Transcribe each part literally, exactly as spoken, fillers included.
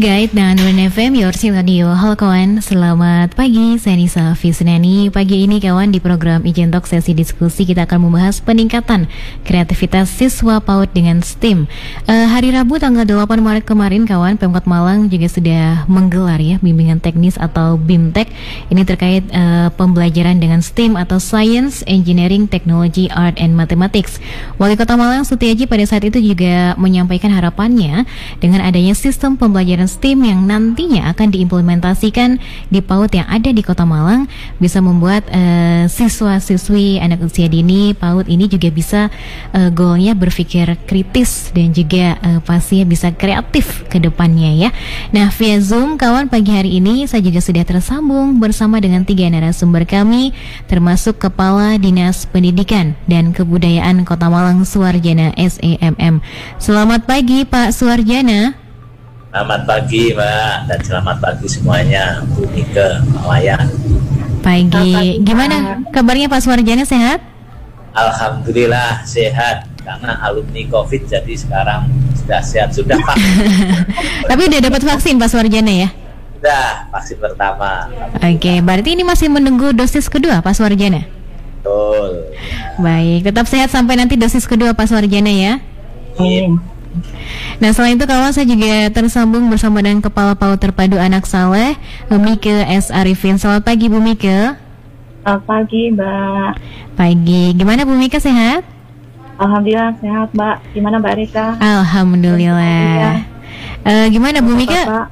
Guide dan Nurin F M, Your Sil Radio. Halo kawan, selamat pagi. Saya Nisa Fisnani. Pagi ini kawan, di program Ijen Talk sesi diskusi kita akan membahas peningkatan kreativitas siswa PAUD dengan STEAM. uh, Hari Rabu tanggal delapan Maret kemarin kawan, Pemkot Malang juga sudah menggelar ya bimbingan teknis atau BIMTEK. Ini terkait uh, pembelajaran dengan STEAM atau Science, Engineering, Technology, Art, and Mathematics. Wali Kota Malang Sutiaji pada saat itu juga menyampaikan harapannya dengan adanya sistem pembelajaran STEAM yang nantinya akan diimplementasikan di PAUD yang ada di Kota Malang bisa membuat uh, siswa-siswi anak usia dini PAUD ini juga bisa uh, goalnya berpikir kritis dan juga uh, pastinya bisa kreatif ke depannya ya. Nah, via Zoom kawan, pagi hari ini saya juga sudah tersambung bersama dengan tiga narasumber kami, termasuk Kepala Dinas Pendidikan dan Kebudayaan Kota Malang Suwarjana S E M M. Selamat pagi Pak Suwarjana. Selamat pagi Mbak, dan selamat pagi semuanya, Bu Mika, Pak Wayan. Pagi, gimana kabarnya Pak Suwarjana, sehat? Alhamdulillah sehat, karena alumni COVID jadi sekarang sudah sehat, sudah Pak. Tapi udah dapat vaksin Pak Suwarjana ya? Sudah, vaksin pertama. Oke, berarti ini masih menunggu dosis kedua Pak Suwarjana? Betul. Baik, tetap sehat sampai nanti dosis kedua Pak Suwarjana ya? Amin. Nah, selain itu kawan, saya juga tersambung bersama dengan Kepala PAUD Terpadu Anak Saleh, Mika S. Arifin. Selamat pagi Bu Mika. Selamat pagi Mbak. Pagi, gimana Bu Mika, sehat? Alhamdulillah sehat Mbak. Gimana Mbak Rika? Alhamdulillah. Uh, gimana Bu Mika?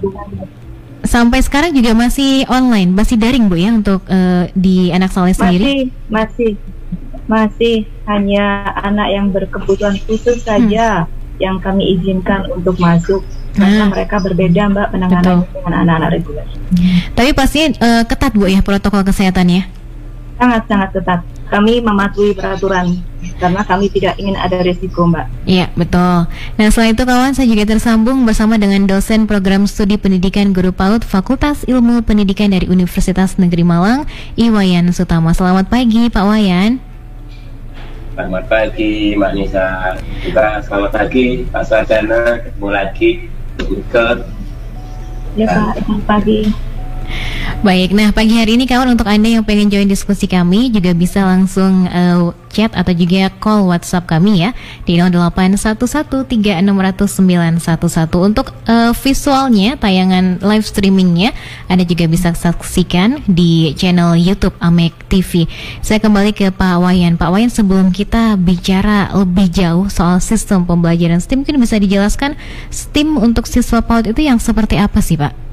Sampai sekarang juga masih online, masih daring Bu ya untuk uh, di Anak Saleh sendiri? Masih, masih, masih hanya anak yang berkebutuhan khusus saja hmm. yang kami izinkan untuk masuk, karena hmm. mereka berbeda Mbak penanganannya dengan anak-anak reguler. Tapi pasti uh, ketat Bu ya protokol kesehatannya? Sangat-sangat ketat. Kami mematuhi peraturan karena kami tidak ingin ada resiko Mbak. Iya betul. Nah, selain itu kawan, saya juga tersambung bersama dengan dosen program studi pendidikan guru PAUD Fakultas Ilmu Pendidikan dari Universitas Negeri Malang, Iwayan Sutama. Selamat pagi Pak Wayan. Selamat pagi Mbak Nisa, juga selamat pagi Pak Suwarjana, ketemu lagi ke ya Pak, selamat pagi. Baik, nah pagi hari ini kawan, untuk Anda yang pengen join diskusi kami juga bisa langsung uh, chat atau juga call WhatsApp kami ya di nol delapan satu satu tiga enam nol nol sembilan satu satu. Untuk uh, visualnya, tayangan live streamingnya Anda juga bisa saksikan di channel YouTube Amek T V. Saya kembali ke Pak Wayan. Pak Wayan, sebelum kita bicara lebih jauh soal sistem pembelajaran STEAM, mungkin bisa dijelaskan STEAM untuk siswa PAUD itu yang seperti apa sih Pak?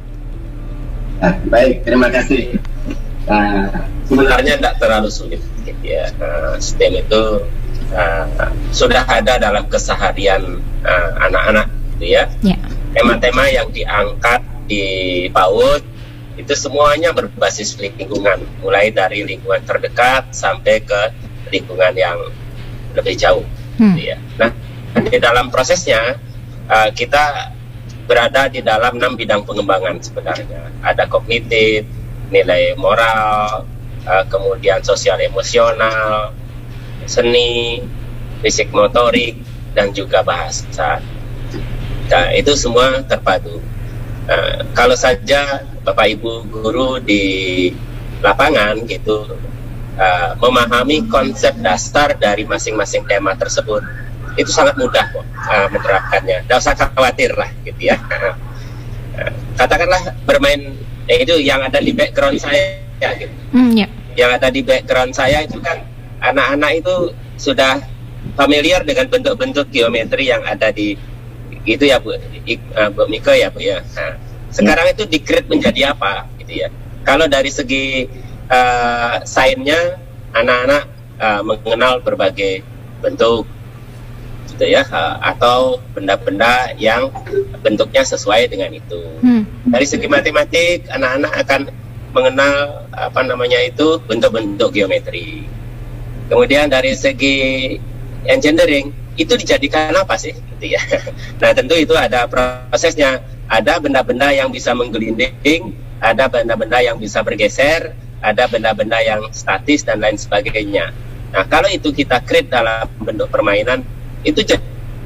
Nah, baik, terima kasih. Nah, sebenarnya tidak terlalu sulit ya. Uh, STEM itu uh, sudah ada dalam keseharian uh, anak-anak gitu ya. Yeah. Tema-tema yang diangkat di PAUD itu semuanya berbasis lingkungan, mulai dari lingkungan terdekat sampai ke lingkungan yang lebih jauh hmm. gitu ya. Nah, di dalam prosesnya uh, kita berada di dalam enam bidang pengembangan sebenarnya. Ada kognitif, nilai moral, uh, kemudian sosial emosional, seni, fisik motorik, dan juga bahasa. Nah, itu semua terpadu. Uh, kalau saja Bapak Ibu guru di lapangan gitu uh, memahami konsep dasar dari masing-masing tema tersebut, itu sangat mudah kok uh, menerapkannya. Tidak usah khawatir lah gitu ya. Uh, katakanlah bermain eh, itu yang ada di background saya gitu. Mm, yeah. Yang ada di background saya itu kan anak-anak itu sudah familiar dengan bentuk-bentuk geometri yang ada di itu ya Bu, I, uh, Bu Mika ya Bu ya. Nah, sekarang yeah. itu di-grade menjadi apa gitu ya. Kalau dari segi uh, sainnya, anak-anak uh, mengenal berbagai bentuk gitu ya, atau benda-benda yang bentuknya sesuai dengan itu. Hmm. Dari segi matematik, anak-anak akan mengenal apa namanya itu bentuk-bentuk geometri. Kemudian dari segi engineering, itu dijadikan apa sih? Gitu ya. Nah, tentu itu ada prosesnya. Ada benda-benda yang bisa menggelinding, ada benda-benda yang bisa bergeser, ada benda-benda yang statis dan lain sebagainya. Nah, kalau itu kita create dalam bentuk permainan, itu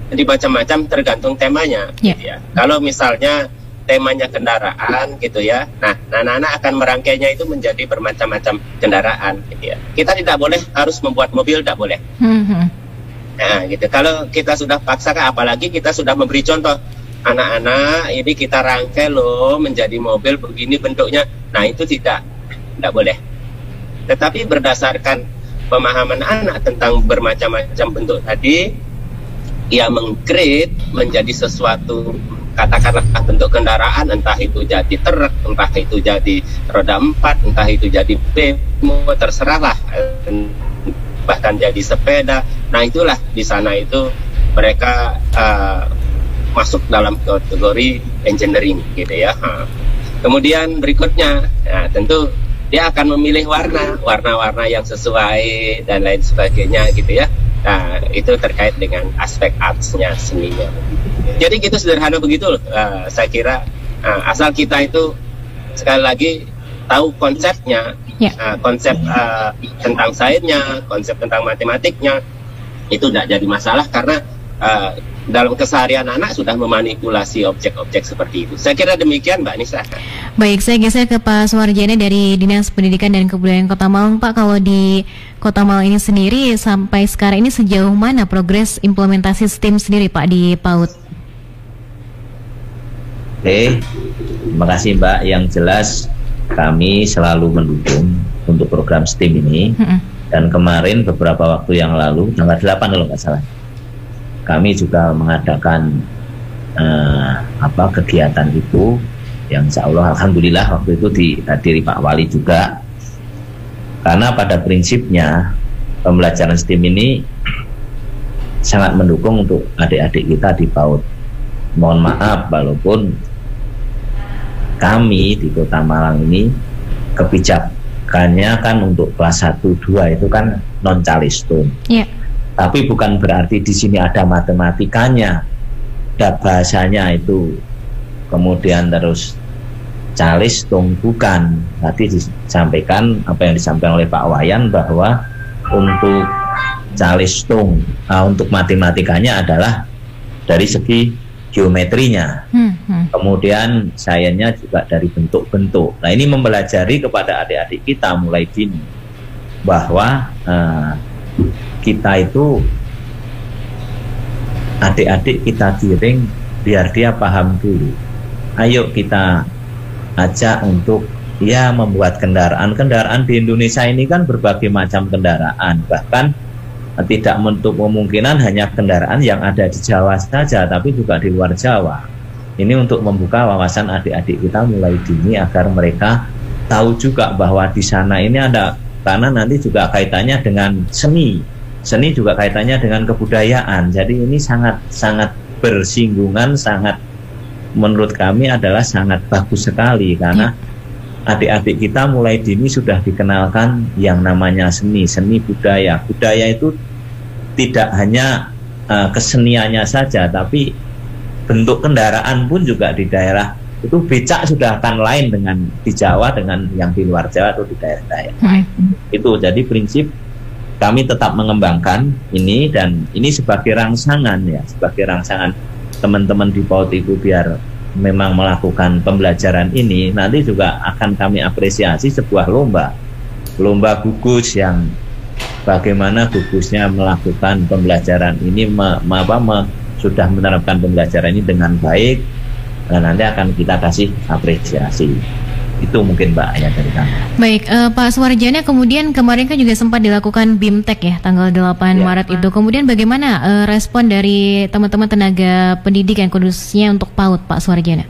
Jadi macam-macam tergantung temanya. Yeah. Gitu ya. Kalau misalnya temanya kendaraan gitu ya, nah anak-anak akan merangkainya itu menjadi bermacam-macam kendaraan gitu ya. Kita tidak boleh harus membuat mobil, tidak boleh. Mm-hmm. Nah gitu. Kalau kita sudah paksakan, apalagi kita sudah memberi contoh, anak-anak ini kita rangkai loh menjadi mobil begini bentuknya, nah itu tidak, tidak boleh. Tetapi berdasarkan pemahaman anak tentang bermacam-macam bentuk tadi, ia meng-create menjadi sesuatu, katakanlah bentuk kendaraan, entah itu jadi truk, entah itu jadi roda empat, entah itu jadi bemo, terserahlah, bahkan jadi sepeda. Nah itulah di sana itu mereka uh, masuk dalam kategori engineering gitu ya. Nah, kemudian berikutnya, nah, tentu dia akan memilih warna, warna-warna yang sesuai dan lain sebagainya gitu ya. Nah, itu terkait dengan aspek artsnya, seninya. Jadi gitu sederhana begitu, uh, saya kira uh, asal kita itu sekali lagi tahu konsepnya, yeah. uh, konsep uh, tentang sainsnya, konsep tentang matematiknya, itu tidak jadi masalah karena uh, dalam keseharian anak sudah memanipulasi objek-objek seperti itu. Saya kira demikian, Mbak Nisa. Baik, saya geser ke Pak Suwarjana dari Dinas Pendidikan dan Kebudayaan Kota Malang. Pak, kalau di Kota Malang ini sendiri sampai sekarang ini sejauh mana progres implementasi STEAM sendiri, Pak, di PAUD? Oke, terima kasih Mbak. Yang jelas kami selalu mendukung untuk program STEAM ini. Mm-hmm. Dan kemarin beberapa waktu yang lalu, tanggal delapan kalau nggak salah, kami juga mengadakan uh, apa kegiatan itu yang insya Allah alhamdulillah waktu itu dihadiri Pak Wali juga, karena pada prinsipnya pembelajaran STEAM ini sangat mendukung untuk adik-adik kita di PAUD. Mohon maaf walaupun kami di Kota Malang ini kebijakannya kan untuk kelas satu dua itu kan non calistung. Yeah. Tapi bukan berarti di sini ada matematikanya, ada bahasanya itu, kemudian terus calistung, bukan. Tadi disampaikan apa yang disampaikan oleh Pak Wayan bahwa untuk calistung, uh, untuk matematikanya adalah dari segi geometrinya, hmm, hmm. kemudian sainsnya juga dari bentuk-bentuk. Nah ini mempelajari kepada adik-adik kita mulai dini bahwa uh, kita itu adik-adik kita giring biar dia paham dulu. Ayo kita ajak untuk ya membuat kendaraan. Kendaraan di Indonesia ini kan berbagai macam kendaraan, bahkan tidak menutup kemungkinan hanya kendaraan yang ada di Jawa saja, tapi juga di luar Jawa. Ini untuk membuka wawasan adik-adik kita mulai dini agar mereka tahu juga bahwa di sana ini ada, karena nanti juga kaitannya dengan seni. Seni juga kaitannya dengan kebudayaan. Jadi ini sangat sangat bersinggungan, sangat menurut kami adalah sangat bagus sekali karena adik-adik kita mulai dini sudah dikenalkan yang namanya seni, seni budaya. Budaya itu tidak hanya uh, keseniannya saja, tapi bentuk kendaraan pun juga di daerah itu becak sudah akan lain dengan di Jawa dengan yang di luar Jawa atau di daerah-daerah. Hmm. Itu jadi prinsip kami tetap mengembangkan ini, dan ini sebagai rangsangan ya, sebagai rangsangan teman-teman di PAUD itu biar memang melakukan pembelajaran ini. Nanti juga akan kami apresiasi sebuah lomba, lomba gugus yang bagaimana gugusnya melakukan pembelajaran ini, me, me, apa, me, sudah menerapkan pembelajaran ini dengan baik, dan nanti akan kita kasih apresiasi. Itu mungkin Mbak ya dari kami. Baik, uh, Pak Suwarjana, kemudian kemarin kan juga sempat dilakukan BIMTEK ya tanggal delapan Maret itu. Kemudian bagaimana uh, respon dari teman-teman tenaga pendidik yang khususnya untuk PAUD, Pak Suwarjana?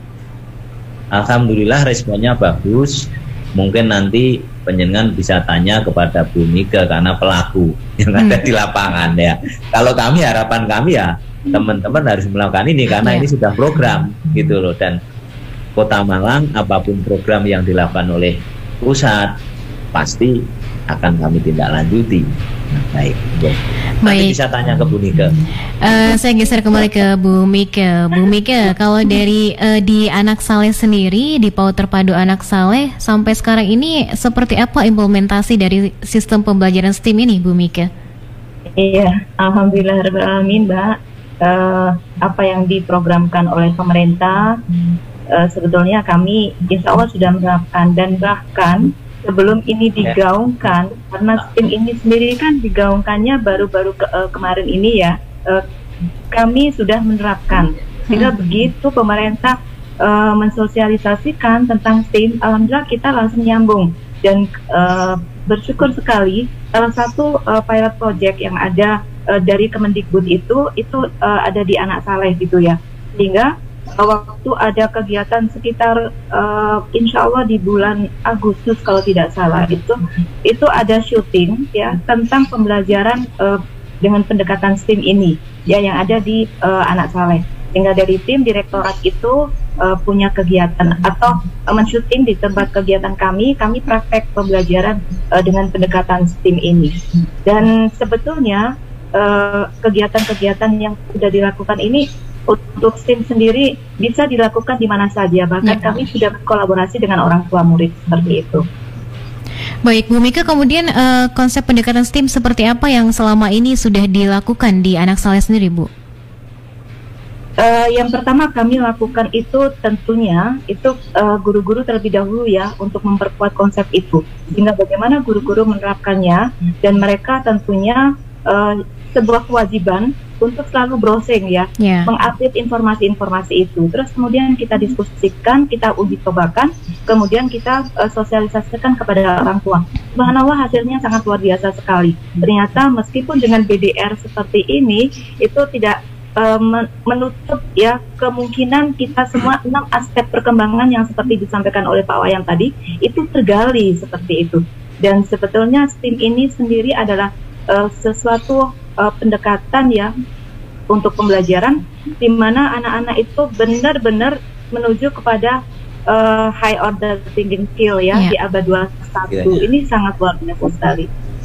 Alhamdulillah responnya bagus. Mungkin nanti penjenengan bisa tanya kepada Bu Mika karena pelaku yang hmm. ada di lapangan ya. Kalau kami, harapan kami ya teman-teman harus melakukan ini karena yeah. ini sudah program gitu loh, dan Kota Malang apapun program yang dilakukan oleh pusat pasti akan kami tindak lanjuti. Nah, baik, ya. Nanti bisa tanya ke Bu Mika. Uh, saya geser kembali ke Bu Mika. Bu Mika, kalau dari uh, di Anak Saleh sendiri, di PAUD Terpadu Anak Saleh sampai sekarang ini seperti apa implementasi dari sistem pembelajaran STEAM ini, Bu Mika? Iya, alhamdulillah rabbil alamin, Mbak. uh, apa yang diprogramkan oleh pemerintah, uh, sebetulnya kami insya Allah sudah menerapkan, dan bahkan sebelum ini digaungkan, karena STEAM ini sendiri kan digaungkannya baru-baru ke, uh, kemarin ini ya, uh, kami sudah menerapkan. Sehingga begitu pemerintah uh, mensosialisasikan tentang STEAM, alhamdulillah kita langsung nyambung. Dan uh, bersyukur sekali salah satu uh, pilot project yang ada uh, dari Kemendikbud itu itu uh, ada di Anak Saleh gitu ya, sehingga uh, waktu ada kegiatan sekitar uh, insya Allah di bulan Agustus kalau tidak salah, itu itu ada syuting ya tentang pembelajaran uh, dengan pendekatan STEAM ini ya yang ada di uh, Anak Saleh. Sehingga dari tim direktorat itu uh, punya kegiatan atau uh, mensyuting di tempat kegiatan kami, kami praktek pembelajaran uh, dengan pendekatan STEAM ini. Dan sebetulnya uh, kegiatan-kegiatan yang sudah dilakukan ini untuk STEAM sendiri bisa dilakukan di mana saja. Bahkan ya. Kami sudah berkolaborasi dengan orang tua murid seperti itu. Baik, Bu Mika, kemudian uh, konsep pendekatan STEAM seperti apa yang selama ini sudah dilakukan di Anak Saleh sendiri, Bu? Uh, yang pertama kami lakukan itu tentunya itu uh, guru-guru terlebih dahulu ya untuk memperkuat konsep itu, sehingga bagaimana guru-guru menerapkannya, dan mereka tentunya uh, sebuah kewajiban untuk selalu browsing ya, yeah. mengupdate informasi-informasi itu. Terus kemudian kita diskusikan, kita uji cobakan, kemudian kita uh, sosialisasikan kepada orang tua. Subhanallah, hasilnya sangat luar biasa sekali. Ternyata meskipun dengan B D R seperti ini itu tidak menutup ya kemungkinan kita semua enam aspek perkembangan yang seperti disampaikan oleh Pak Wayan tadi itu tergali seperti itu. Dan sebetulnya STEAM ini sendiri adalah uh, sesuatu uh, pendekatan ya untuk pembelajaran di mana anak-anak itu benar-benar menuju kepada uh, high order thinking skill ya, yeah. di abad dua puluh satu. Yeah, yeah. Ini sangat luar biasa sekali.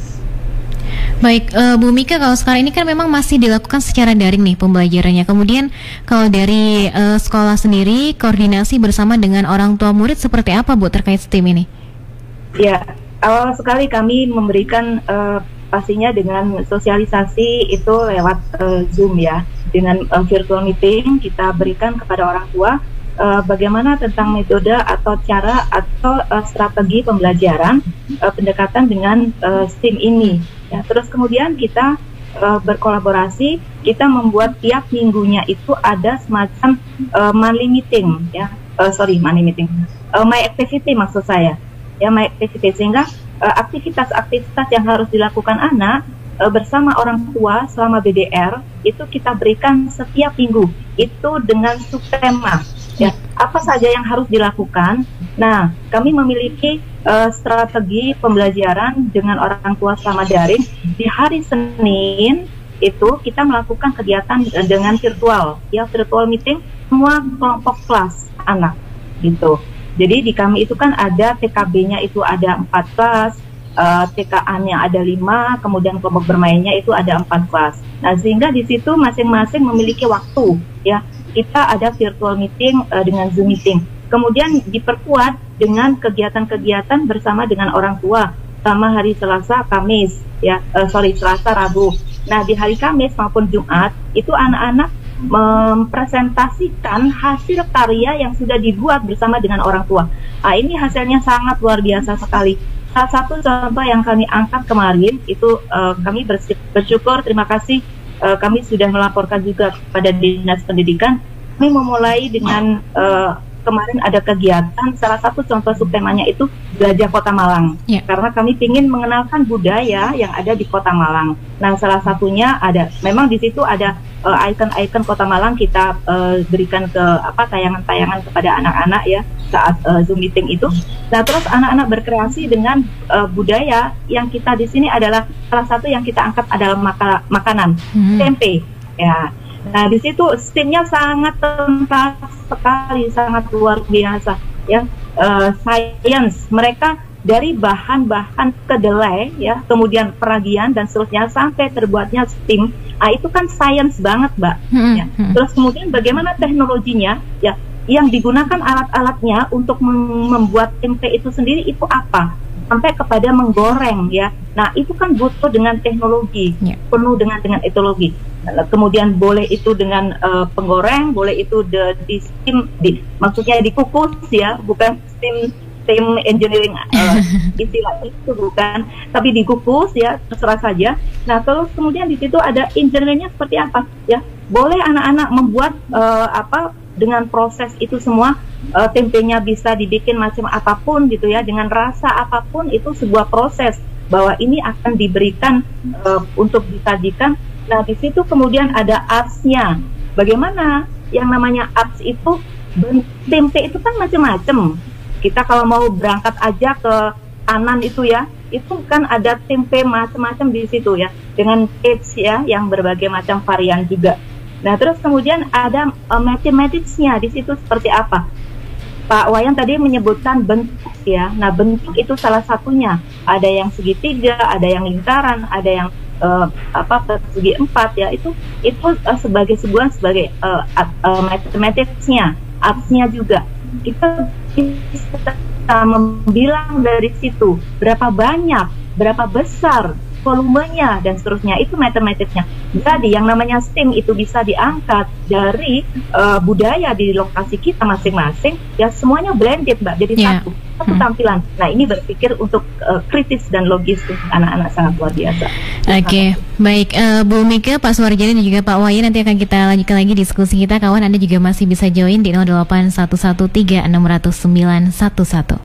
Baik, uh, Bu Mika, kalau sekarang ini kan memang masih dilakukan secara daring nih pembelajarannya. Kemudian kalau dari uh, sekolah sendiri, koordinasi bersama dengan orang tua murid seperti apa, Bu, terkait STEAM ini? Ya, awal sekali kami memberikan uh, pastinya dengan sosialisasi itu lewat uh, Zoom ya. Dengan uh, virtual meeting kita berikan kepada orang tua uh, bagaimana tentang metode atau cara atau uh, strategi pembelajaran uh, pendekatan dengan uh, STEAM ini. Ya, terus kemudian kita uh, berkolaborasi, kita membuat tiap minggunya itu ada semacam uh, monthly meeting, ya, uh, sorry monthly meeting, uh, my activity maksud saya, ya my activity, sehingga uh, aktivitas-aktivitas yang harus dilakukan anak uh, bersama orang tua selama B D R itu kita berikan setiap minggu, itu dengan subtema, ya, apa saja yang harus dilakukan. Nah, kami memiliki uh, strategi pembelajaran dengan orang tua selama daring. Di hari Senin itu kita melakukan kegiatan dengan virtual, ya, virtual meeting semua kelompok kelas anak, gitu. Jadi di kami itu kan ada T K B-nya itu ada empat kelas, uh, T K A-nya ada lima, kemudian kelompok bermainnya itu ada empat kelas. Nah, sehingga di situ masing-masing memiliki waktu, ya. Kita ada virtual meeting uh, dengan Zoom meeting. Kemudian diperkuat dengan kegiatan-kegiatan bersama dengan orang tua sama hari Selasa, Kamis, ya, uh, sorry Selasa, Rabu. Nah, di hari Kamis maupun Jumat itu anak-anak mempresentasikan hasil karya yang sudah dibuat bersama dengan orang tua. Nah, ini hasilnya sangat luar biasa sekali. Salah satu contoh yang kami angkat kemarin itu uh, kami bersyukur, terima kasih. Uh, kami sudah melaporkan juga kepada Dinas Pendidikan. Kami memulai dengan uh, kemarin ada kegiatan, salah satu contoh subtemanya itu Belajar Kota Malang, yeah. Karena kami ingin mengenalkan budaya yang ada di Kota Malang. Nah, salah satunya ada, memang di situ ada uh, icon-icon Kota Malang kita uh, berikan ke apa tayangan-tayangan kepada anak-anak ya saat uh, Zoom meeting itu. Nah, terus anak-anak berkreasi dengan uh, budaya yang kita di sini adalah salah satu yang kita angkat adalah maka, makanan, hmm. tempe, ya. Nah, di situ STEAM-nya sangat tuntas sekali, sangat luar biasa, ya. Uh, science, mereka dari bahan-bahan kedelai, ya, kemudian peragian dan seterusnya sampai terbuatnya STEAM. Ah, itu kan science banget, Mbak. Hmm. Ya. Terus kemudian bagaimana teknologinya, ya, yang digunakan alat-alatnya untuk membuat tempe itu sendiri itu apa? Sampai kepada menggoreng, ya. Nah, itu kan butuh dengan teknologi, yeah. penuh dengan dengan teknologi. kemudian boleh itu dengan uh, penggoreng, boleh itu de, di steam, di, maksudnya dikukus ya, bukan steam steam engineering uh, istilah itu bukan, tapi dikukus ya, terserah saja. Nah terus kemudian di situ ada engineeringnya seperti apa ya, boleh anak-anak membuat uh, apa dengan proses itu semua, uh, tempenya bisa dibikin macam apapun gitu ya, dengan rasa apapun, itu sebuah proses bahwa ini akan diberikan uh, untuk disajikan. Nah di situ kemudian ada arts-nya. Bagaimana yang namanya arts itu, tempe itu kan macam-macam. Kita kalau mau berangkat aja ke Tanan itu ya, itu kan ada tempe macam-macam di situ ya, dengan age ya yang berbagai macam varian juga. Nah terus kemudian ada uh, mathematics-nya di situ seperti apa. Pak Wayan tadi menyebutkan bentuk ya. Nah bentuk itu salah satunya. Ada yang segitiga, ada yang lingkaran, ada yang uh, apa persegi empat ya. Itu itu uh, sebagai sebuah sebagai uh, uh, mathematics-nya, arts-nya juga. Kita bisa membilang dari situ berapa banyak, berapa besar volumenya dan seterusnya, itu matematiknya. Jadi yang namanya STEM itu bisa diangkat dari uh, budaya di lokasi kita masing-masing ya, semuanya blended Mbak, jadi yeah. satu satu hmm. tampilan. Nah ini berpikir untuk uh, kritis dan logis anak-anak sangat luar biasa. Oke, okay. Baik uh, Bu Mika, Pak Suwarjana dan juga Pak Wayan, nanti akan kita lanjutkan lagi diskusi kita. Kawan, Anda juga masih bisa join di nol delapan satu satu tiga enam nol nol sembilan satu satu.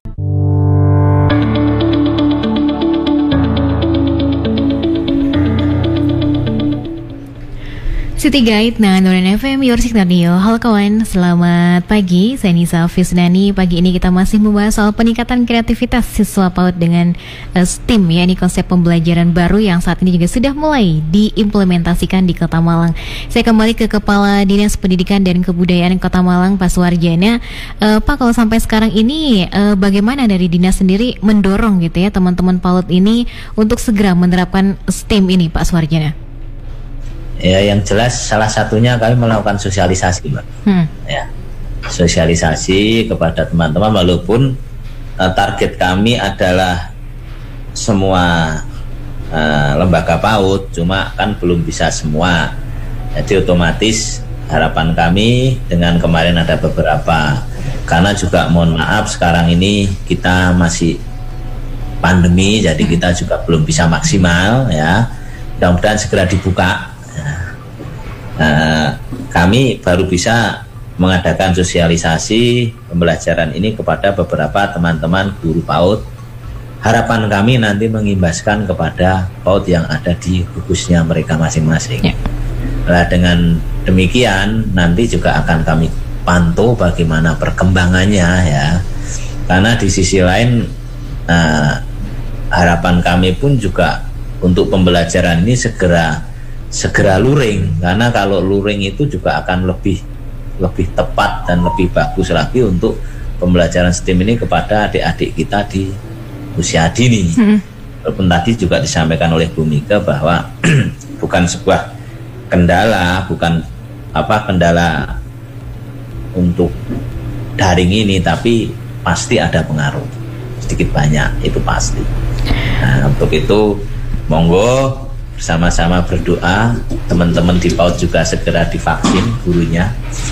City Guide nah Nurin F M, Your Signal Radio. Halo kawan, selamat pagi. Saya Nisa Fisnani. Pagi ini kita masih membahas soal peningkatan kreativitas siswa PAUD dengan uh, STEAM ya. Ini konsep pembelajaran baru yang saat ini juga sudah mulai diimplementasikan di Kota Malang. Saya kembali ke Kepala Dinas Pendidikan dan Kebudayaan Kota Malang, Pak Suwarjana. Uh, Pak, kalau sampai sekarang ini uh, bagaimana dari dinas sendiri mendorong gitu ya teman-teman PAUD ini untuk segera menerapkan STEAM ini, Pak Suwarjana? Ya, yang jelas salah satunya kami melakukan sosialisasi, Mbak. Hmm. Ya, sosialisasi kepada teman-teman, walaupun uh, target kami adalah semua uh, lembaga PAUD, cuma kan belum bisa semua. Jadi otomatis harapan kami dengan kemarin ada beberapa, karena juga mohon maaf sekarang ini kita masih pandemi, jadi kita juga belum bisa maksimal ya. Mudah-mudahan segera dibuka. Nah, kami baru bisa mengadakan sosialisasi pembelajaran ini kepada beberapa teman-teman guru PAUD. Harapan kami nanti mengimbaskan kepada PAUD yang ada di gugusnya mereka masing-masing. Ya. Nah, dengan demikian nanti juga akan kami pantau bagaimana perkembangannya ya. Karena di sisi lain nah, harapan kami pun juga untuk pembelajaran ini segera segera luring, karena kalau luring itu juga akan lebih lebih tepat dan lebih bagus lagi untuk pembelajaran STEAM ini kepada adik-adik kita di usia dini. Hmm. Walaupun tadi juga disampaikan oleh Bu Mika bahwa bukan sebuah kendala, bukan apa kendala untuk daring ini, tapi pasti ada pengaruh sedikit banyak, itu pasti. Nah, untuk itu monggo sama-sama berdoa teman-teman di PAUD juga segera divaksin gurunya.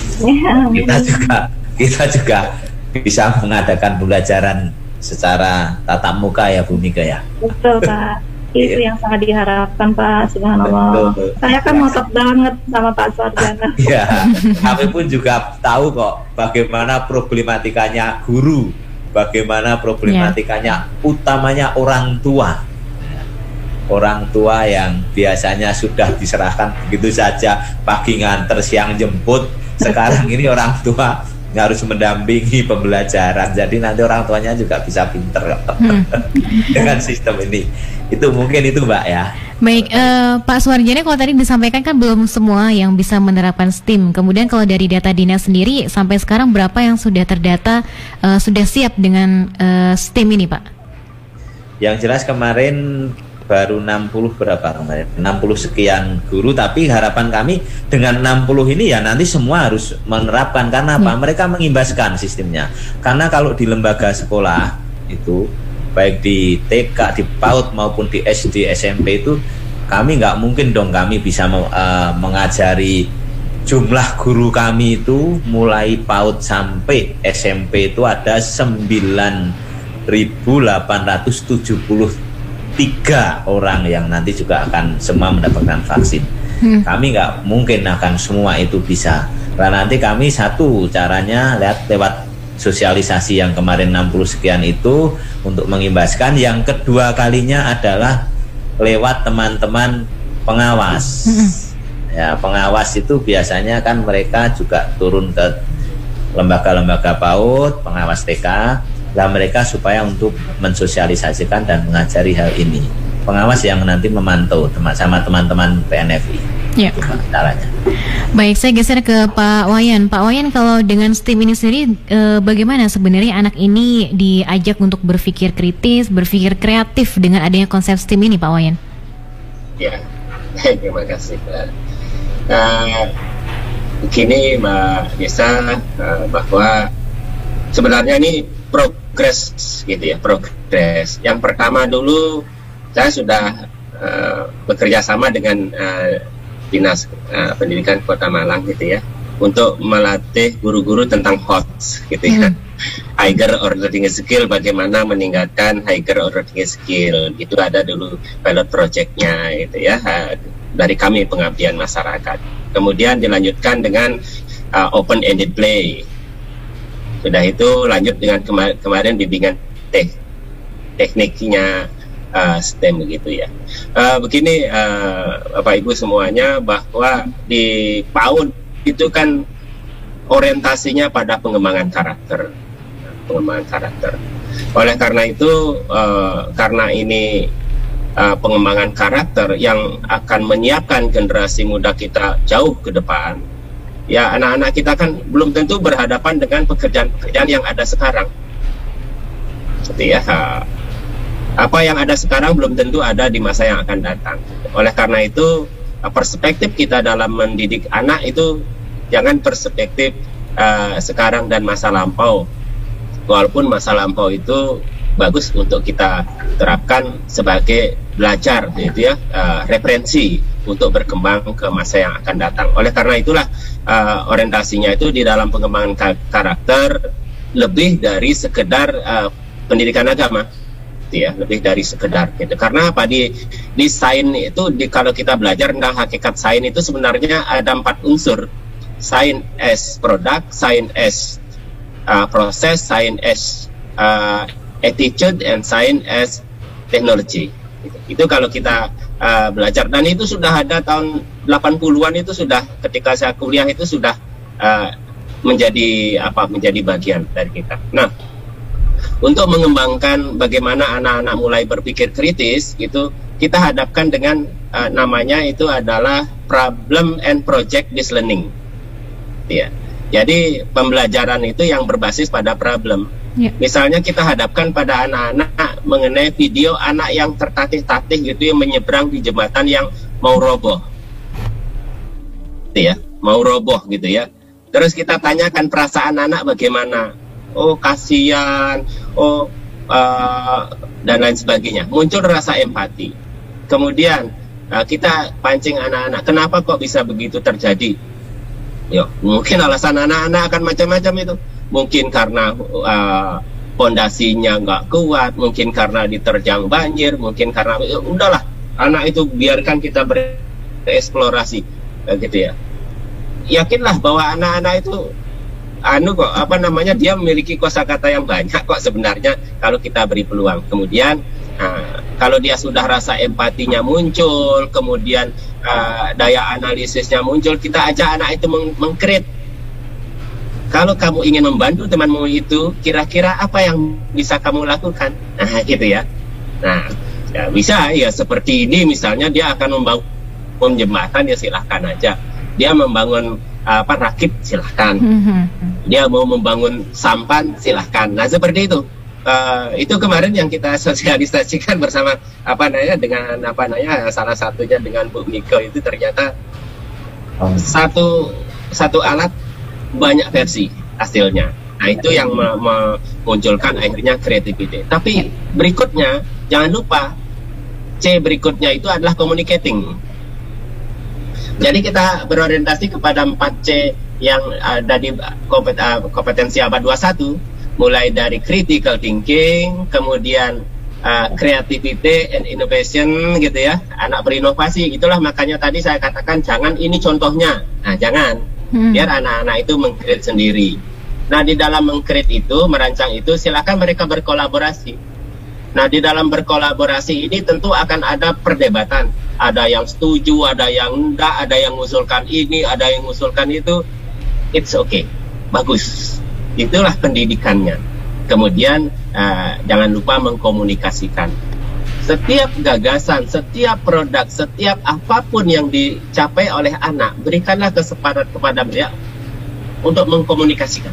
Kita juga kita juga bisa mengadakan pembelajaran secara tatap muka ya Bu Mika ya. Betul Pak. Itu yang sangat diharapkan Pak, subhanallah. Betul. Saya kan ngotot banget sama Pak Suwarjana. Iya. Kami pun juga tahu kok bagaimana problematikanya guru, bagaimana problematikanya yeah. utamanya orang tua. Orang tua yang biasanya sudah diserahkan begitu saja, pagi nganter siang jemput, sekarang ini orang tua harus mendampingi pembelajaran, jadi nanti orang tuanya juga bisa pinter hmm. dengan sistem ini. Itu mungkin itu Mbak ya. Baik, uh, Pak Suwarjana, kalau tadi disampaikan kan belum semua yang bisa menerapkan STEAM. Kemudian kalau dari data dinas sendiri sampai sekarang berapa yang sudah terdata uh, sudah siap dengan uh, STEAM ini Pak? Yang jelas kemarin baru enam puluh berapa kemarin, enam puluh sekian guru, tapi harapan kami dengan enam puluh ini ya nanti semua harus menerapkan. Karena apa? Hmm. Mereka mengimbaskan sistemnya. Karena kalau di lembaga sekolah itu, baik di T K, di PAUD maupun di S D, S M P itu kami nggak mungkin dong kami bisa uh, mengajari jumlah guru kami itu mulai PAUD sampai S M P itu ada sembilan ribu delapan ratus tujuh puluh tiga orang yang nanti juga akan semua mendapatkan vaksin. Hmm. Kami nggak mungkin akan semua itu bisa. Karena nanti kami satu caranya lihat lewat sosialisasi yang kemarin enam puluh sekian itu untuk mengimbaskan. Yang kedua kalinya adalah lewat teman-teman pengawas. Hmm. Ya, pengawas itu biasanya kan mereka juga turun ke lembaga-lembaga PAUD, pengawas T K. Lah mereka supaya untuk mensosialisasikan dan mengajari hal ini. Pengawas yang nanti memantau teman sama teman-teman P N F I. Ya. Caranya. Baik, saya geser ke Pak Wayan. Pak Wayan, kalau dengan STEAM ini sendiri, eh, bagaimana sebenarnya anak ini diajak untuk berpikir kritis, berpikir kreatif dengan adanya konsep STEAM ini, Pak Wayan? Ya, terima kasih. Nah, begini Mbak Desa, bahwa sebenarnya ini progres gitu ya, progres. Yang pertama dulu saya sudah uh, bekerja sama dengan uh, Dinas uh, Pendidikan Kota Malang gitu ya, untuk melatih guru-guru tentang H O T S gitu ya, hmm. Higher Ordering Skill, bagaimana meningkatkan Higher Ordering Skill. Itu ada dulu pilot projectnya gitu ya, uh, dari kami pengabdian masyarakat. Kemudian dilanjutkan dengan uh, Open Ended Play. Sudah itu lanjut dengan kemar kemarin bimbingan teh tekniknya uh, STEM begitu ya. Uh, begini uh, Bapak Ibu semuanya, bahwa di PAUD itu kan orientasinya pada pengembangan karakter, pengembangan karakter. Oleh karena itu, uh, karena ini uh, pengembangan karakter yang akan menyiapkan generasi muda kita jauh ke depan. Ya, anak-anak kita kan belum tentu berhadapan dengan pekerjaan-pekerjaan yang ada sekarang. Seperti ya, apa yang ada sekarang belum tentu ada di masa yang akan datang. Oleh karena itu, perspektif kita dalam mendidik anak itu jangan perspektif uh, sekarang dan masa lampau. Walaupun masa lampau itu bagus untuk kita terapkan sebagai belajar, gitu ya, uh, referensi untuk berkembang ke masa yang akan datang. Oleh karena itulah uh, orientasinya itu di dalam pengembangan ka karakter lebih dari sekedar uh, pendidikan agama, gitu ya, lebih dari sekedar gitu. Karena apa, di di sains itu di, kalau kita belajar tentang hakikat sains itu sebenarnya ada empat unsur: sains as product, sains as uh, proses, sains as uh, attitude, and sains as technology. Itu kalau kita uh, belajar, dan itu sudah ada tahun delapan puluhan, itu sudah ketika saya kuliah itu sudah uh, menjadi apa menjadi bagian dari kita. Nah, untuk mengembangkan bagaimana anak-anak mulai berpikir kritis itu kita hadapkan dengan uh, namanya itu adalah problem and project based learning. Ya. Jadi pembelajaran itu yang berbasis pada problem. Ya. Misalnya kita hadapkan pada anak-anak mengenai video anak yang tertatih-tatih gitu yang menyeberang di jembatan yang mau roboh, gitu ya, mau roboh gitu ya. Terus kita tanyakan perasaan anak bagaimana? Oh kasihan, oh uh, dan lain sebagainya. Muncul rasa empati. Kemudian uh, kita pancing anak-anak, kenapa kok bisa begitu terjadi? Yo, mungkin alasan anak-anak akan macam-macam itu. Mungkin karena pondasinya uh, nggak kuat, mungkin karena diterjang banjir, mungkin karena ya, udahlah, anak itu biarkan kita bereksplorasi, gitu ya. Yakinlah bahwa anak-anak itu, anu kok, apa namanya, dia memiliki kosakata yang banyak kok sebenarnya kalau kita beri peluang. Kemudian, uh, kalau dia sudah rasa empatinya muncul, kemudian uh, daya analisisnya muncul, kita ajak anak itu meng mengkrit. Kalau kamu ingin membantu temanmu itu, kira-kira apa yang bisa kamu lakukan? Nah, gitu ya. Nah, ya bisa ya seperti ini, misalnya dia akan membangun jembatan, ya silahkan aja. Dia membangun apa rakit, silahkan. Dia mau membangun sampan, silahkan. Nah, seperti itu. Uh, itu kemarin yang kita sosialisasikan bersama apa namanya dengan apa namanya salah satunya dengan Bu Miko itu ternyata oh. satu satu alat banyak versi hasilnya. Nah, itu yang memunculkan akhirnya kreativitas. Tapi berikutnya jangan lupa C berikutnya itu adalah communicating. Jadi kita berorientasi kepada empat C yang ada di kompetensi abad dua puluh satu, mulai dari critical thinking, kemudian uh, creativity and innovation gitu ya, anak berinovasi. Itulah makanya tadi saya katakan jangan ini contohnya, nah jangan, hmm. biar anak-anak itu meng-create sendiri. Nah di dalam meng-create itu, merancang itu, silakan mereka berkolaborasi. Nah di dalam berkolaborasi ini tentu akan ada perdebatan, ada yang setuju, ada yang enggak, ada yang mengusulkan ini, ada yang mengusulkan itu. It's okay, bagus. Itulah pendidikannya. Kemudian uh, jangan lupa mengkomunikasikan. Setiap gagasan, setiap produk, setiap apapun yang dicapai oleh anak, berikanlah kesempatan kepada dia untuk mengkomunikasikan,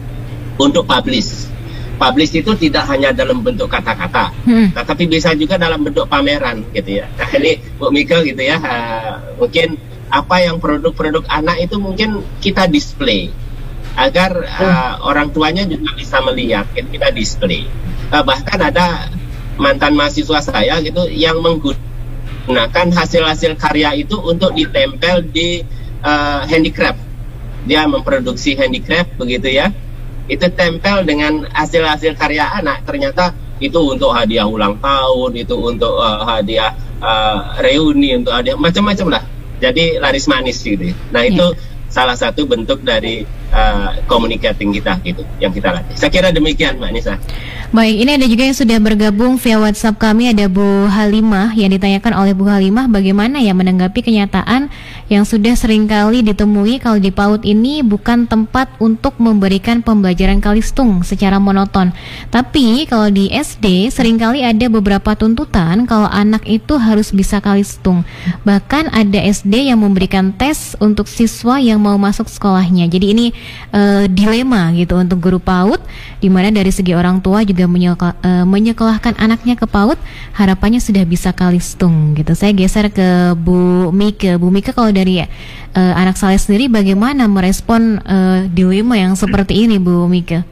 untuk publish. Publish itu tidak hanya dalam bentuk kata-kata, hmm. tetapi bisa juga dalam bentuk pameran, gitu ya. Nah, ini Bu Mika gitu ya, uh, mungkin apa yang produk-produk anak itu mungkin kita display agar uh, orang tuanya juga bisa melihat, kita display. Uh, bahkan ada mantan mahasiswa saya gitu yang menggunakan hasil-hasil karya itu untuk ditempel di uh, handicraft. Dia memproduksi handicraft begitu ya. Itu tempel dengan hasil-hasil karya anak, ternyata itu untuk hadiah ulang tahun, itu untuk uh, hadiah uh, reuni, untuk hadiah macam-macam lah. Jadi laris manis gitu. Nah itu yeah. salah satu bentuk dari uh, communicating kita gitu, yang kita latih. Saya kira demikian Mbak Nisa. Baik, ini ada juga yang sudah bergabung via WhatsApp kami, ada Bu Halimah yang ditanyakan oleh Bu Halimah bagaimana ya menanggapi kenyataan yang sudah seringkali ditemui kalau di PAUD ini bukan tempat untuk memberikan pembelajaran kalistung secara monoton. Tapi kalau di S D seringkali ada beberapa tuntutan kalau anak itu harus bisa kalistung. Bahkan ada S D yang memberikan tes untuk siswa yang mau masuk sekolahnya. Jadi ini uh, dilema gitu untuk guru PAUD, di mana dari segi orang tua juga menyeko- uh, menyekolahkan anaknya ke PAUD, harapannya sudah bisa kalistung gitu. Saya geser ke Bu Mika. Bu Mika, kalau dari uh, anak saya sendiri bagaimana merespon uh, dilema yang seperti ini, Bu Mika?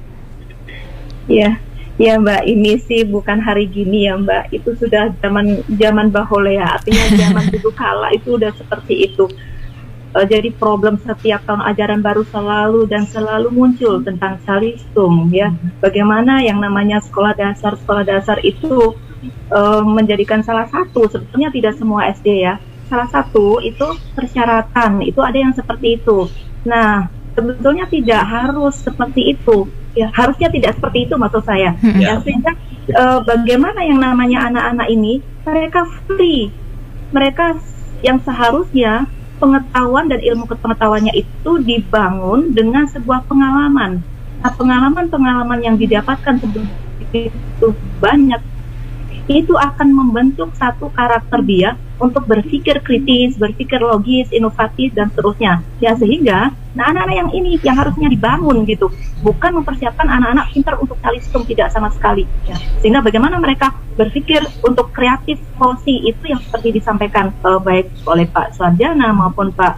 Ya, ya Mbak, ini sih bukan hari gini ya Mbak. Itu sudah zaman zaman baholea, artinya zaman dulu kala itu udah seperti itu. Uh, jadi problem setiap tahun ajaran baru selalu dan selalu muncul tentang kalistung ya. Bagaimana yang namanya sekolah dasar sekolah dasar itu uh, menjadikan salah satu, sebetulnya tidak semua S D ya. Salah satu itu persyaratan, itu ada yang seperti itu. Nah, sebetulnya tidak harus seperti itu. Ya, harusnya tidak seperti itu maksud saya. Hmm. Ya, sehingga uh, bagaimana yang namanya anak-anak ini, mereka free. Mereka yang seharusnya pengetahuan dan ilmu pengetahuannya itu dibangun dengan sebuah pengalaman. Nah, pengalaman-pengalaman yang didapatkan begitu banyak itu akan membentuk satu karakter dia untuk berpikir kritis, berpikir logis, inovatif dan seterusnya. Ya, sehingga nah anak-anak yang ini yang harusnya dibangun gitu, bukan mempersiapkan anak-anak pintar untuk kalistung, tidak sama sekali. Ya. Sehingga bagaimana mereka berpikir untuk kreatif solusi itu yang seperti disampaikan uh, baik oleh Pak Suarjana maupun Pak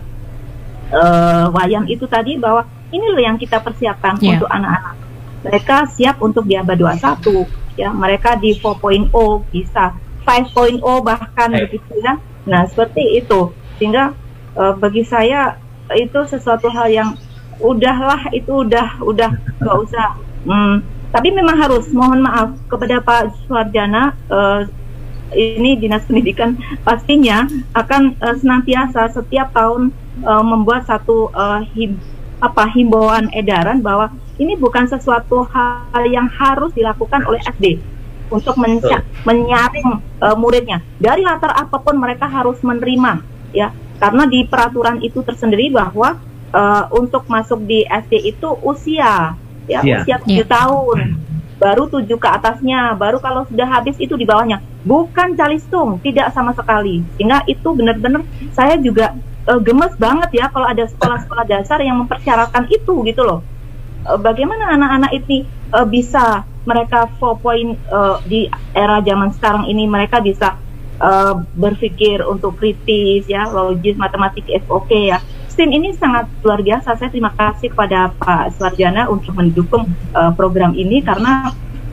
uh, Wayan itu tadi, bahwa ini loh yang kita persiapkan yeah. untuk anak-anak. Mereka siap untuk di abad dua puluh satu. Ya, mereka di empat titik nol bisa lima titik nol bahkan hey. begitu ya. Nah, seperti itu. Sehingga uh, bagi saya itu sesuatu hal yang udahlah, itu udah udah nggak usah. Hmm, tapi memang harus mohon maaf kepada Pak Suarjana, uh, ini Dinas Pendidikan pastinya akan uh, senantiasa setiap tahun uh, membuat satu uh, him, apa himbauan edaran bahwa ini bukan sesuatu hal yang harus dilakukan oleh S D untuk menca- menyaring uh, muridnya. Dari latar apapun mereka harus menerima, ya. Karena di peraturan itu tersendiri bahwa uh, untuk masuk di S D itu usia, ya, yeah. usia tujuh yeah. tahun, baru tujuh ke atasnya, baru kalau sudah habis itu di bawahnya. Bukan calistung, tidak sama sekali. Sehingga itu benar-benar saya juga uh, gemes banget ya kalau ada sekolah-sekolah dasar yang mempersyaratkan itu gitu loh. Bagaimana anak-anak ini uh, bisa mereka empat point uh, di era zaman sekarang ini mereka bisa uh, berpikir untuk kritis ya, logis, matematik, oke okay, ya. S T E M ini sangat luar biasa. Saya terima kasih kepada Pak Suarjana untuk mendukung uh, program ini, karena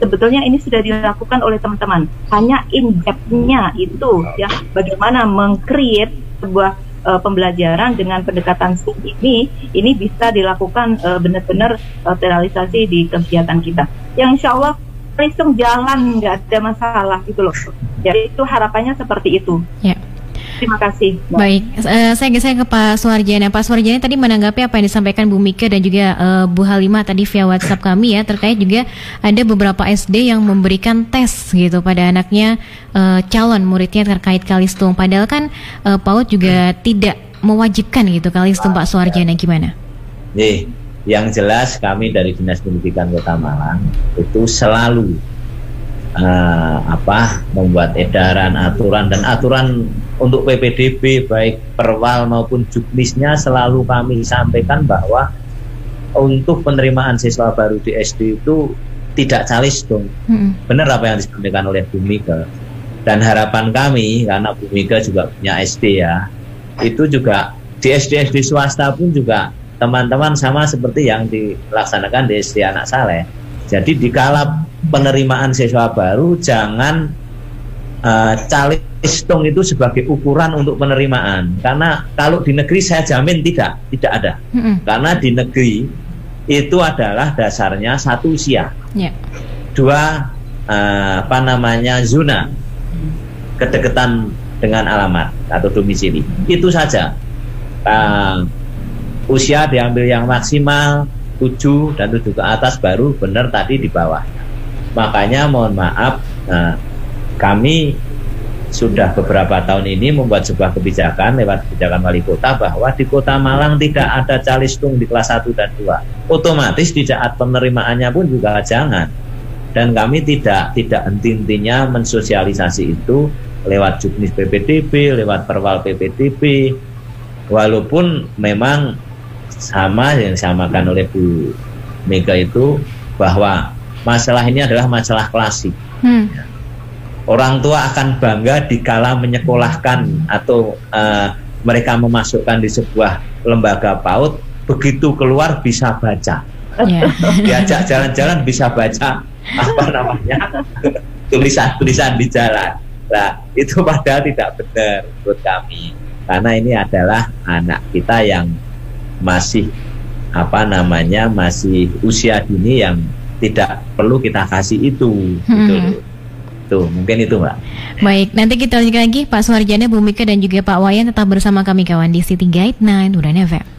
sebetulnya ini sudah dilakukan oleh teman-teman. Hanya in-depth-nya itu ya, bagaimana meng-create sebuah uh, pembelajaran dengan pendekatan STEAM ini, ini bisa dilakukan uh, benar-benar uh, terrealisasi di kegiatan kita. Yang insya Allah langsung jalan, nggak ada masalah gitu loh. Jadi itu harapannya seperti itu. Ya. Terima kasih. Mbak. Baik, uh, saya geser ke Pak Suwarjana. Pak Suwarjana tadi menanggapi apa yang disampaikan Bu Mika dan juga uh, Bu Halimah tadi via WhatsApp kami ya, terkait juga ada beberapa S D yang memberikan tes gitu pada anaknya, uh, calon muridnya terkait Kalistung. Padahal kan uh, PAUD juga tidak mewajibkan gitu Kalistung. Pak Suwarjana gimana? Nih, yang jelas kami dari Dinas Pendidikan Kota Malang itu selalu uh, apa membuat edaran, aturan dan aturan untuk P P D B baik perwal maupun juknisnya selalu kami sampaikan bahwa untuk penerimaan siswa baru di S D itu tidak calistung. Hmm. Benar apa yang disampaikan oleh Bu Mika. Dan harapan kami, karena Bu Mika juga punya S D ya, itu juga di S D S D swasta pun juga teman-teman sama seperti yang dilaksanakan di S D Anak Saleh. Jadi dikala penerimaan siswa baru jangan uh, calistung itu sebagai ukuran untuk penerimaan. Karena kalau di negeri saya jamin tidak, tidak ada. Mm-hmm. Karena di negeri itu adalah dasarnya satu usia, yeah. dua uh, apa namanya zona kedekatan dengan alamat atau domisili. Itu saja. Uh, usia diambil yang maksimal tujuh dan tujuh ke atas baru benar tadi di bawah. Makanya mohon maaf, nah, kami sudah beberapa tahun ini membuat sebuah kebijakan lewat kebijakan wali kota bahwa di Kota Malang tidak ada calistung di kelas satu dan dua. Otomatis di saat penerimaannya pun juga jangan. Dan kami tidak tidak henti-hentinya mensosialisasi itu lewat juknis P P D B, lewat perwal P P D B. Walaupun memang sama yang disamakan oleh Bu Mega itu bahwa masalah ini adalah masalah klasik. Hmm. Orang tua akan bangga dikala menyekolahkan atau uh, mereka memasukkan di sebuah lembaga PAUD, begitu keluar bisa baca, yeah. diajak jalan-jalan bisa baca apa namanya tulisan-tulisan di jalan. Nah itu padahal tidak benar menurut kami, karena ini adalah anak kita yang masih apa namanya masih usia dini yang tidak perlu kita kasih itu. Hmm. Gitu. Tuh, mungkin itu Mbak. Baik, nanti kita lanjut lagi Pak Suwarjana, Bu Mika dan juga Pak Wayan, tetap bersama kami kawan di City Guide sembilan Udan F M.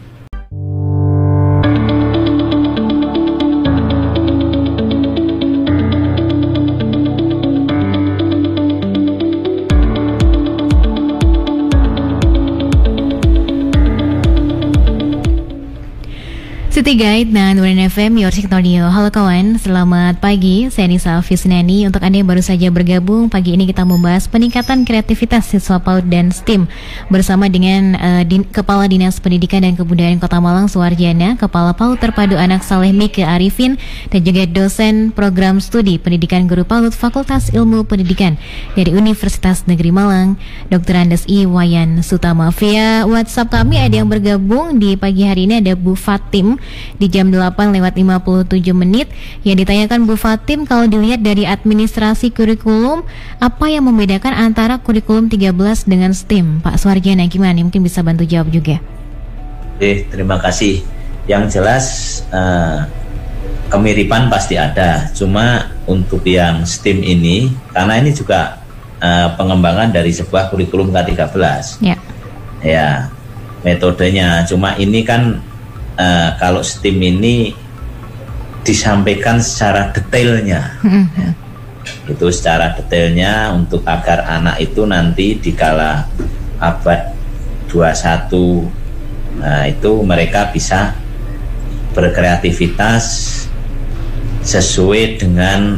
City Guide dan Udan F M, your signal. Halo kawan, selamat pagi. Saya Nisa Fisnani. Untuk Anda yang baru saja bergabung, pagi ini kita membahas peningkatan kreativitas siswa PAUD dan STEAM bersama dengan uh, din- Kepala Dinas Pendidikan dan Kebudayaan Kota Malang Suwarjana, Kepala PAUD Terpadu Anak Saleh Mika Arifin, dan juga dosen program studi pendidikan guru PAUD Fakultas Ilmu Pendidikan dari Universitas Negeri Malang, Doktor Andes I Wayan Sutama. Via WhatsApp kami ada yang bergabung di pagi hari ini, ada Bu Fatim di jam delapan lewat lima puluh tujuh menit yang ditanyakan Bu Fatim, kalau dilihat dari administrasi kurikulum, apa yang membedakan antara kurikulum tiga belas dengan STEAM? Pak Suwarjana gimana? Mungkin bisa bantu jawab juga. Oke, terima kasih. Yang jelas uh, kemiripan pasti ada, cuma untuk yang STEAM ini, karena ini juga uh, pengembangan dari sebuah kurikulum K tiga belas ya, ya metodenya, cuma ini kan Uh, kalau STEAM ini disampaikan secara detailnya, mm-hmm. ya. Itu secara detailnya untuk agar anak itu nanti dikala abad dua puluh satu, nah itu mereka bisa berkreativitas sesuai dengan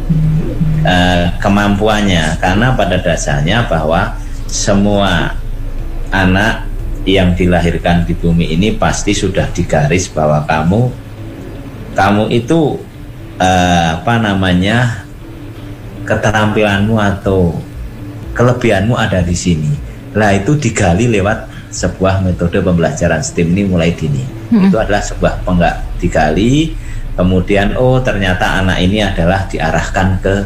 uh, kemampuannya, karena pada dasarnya bahwa semua anak yang dilahirkan di bumi ini pasti sudah digaris bahwa kamu kamu itu uh, apa namanya keterampilanmu atau kelebihanmu ada di sini. Lah itu digali lewat sebuah metode pembelajaran STEAM ini mulai dini. Hmm. Itu adalah sebuah penggak digali kemudian oh ternyata anak ini adalah diarahkan ke